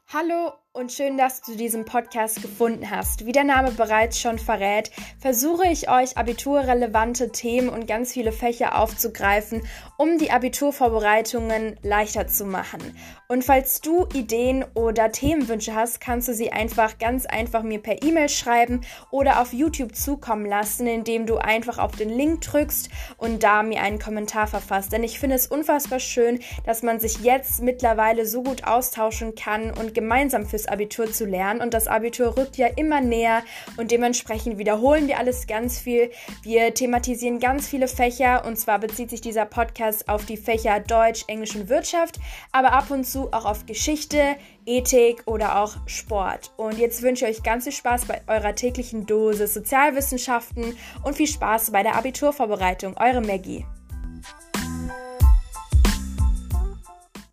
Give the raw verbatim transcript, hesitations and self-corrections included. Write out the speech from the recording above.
Hallo und schön, dass du diesen Podcast gefunden hast. Wie der Name bereits schon verrät, versuche ich euch abiturrelevante Themen und ganz viele Fächer aufzugreifen, um die Abiturvorbereitungen leichter zu machen. Und falls du Ideen oder Themenwünsche hast, kannst du sie einfach ganz einfach mir per E-Mail schreiben oder auf YouTube zukommen lassen, indem du einfach auf den Link drückst und da mir einen Kommentar verfasst. Denn ich finde es unfassbar schön, dass man sich jetzt mittlerweile so gut austauschen kann und gemeinsam fürs Abitur zu lernen, und das Abitur rückt ja immer näher und dementsprechend wiederholen wir alles ganz viel. Wir thematisieren ganz viele Fächer, und zwar bezieht sich dieser Podcast auf die Fächer Deutsch, Englisch und Wirtschaft, aber ab und zu auch auf Geschichte, Ethik oder auch Sport. Und jetzt wünsche ich euch ganz viel Spaß bei eurer täglichen Dosis Sozialwissenschaften und viel Spaß bei der Abiturvorbereitung. Eure Maggie.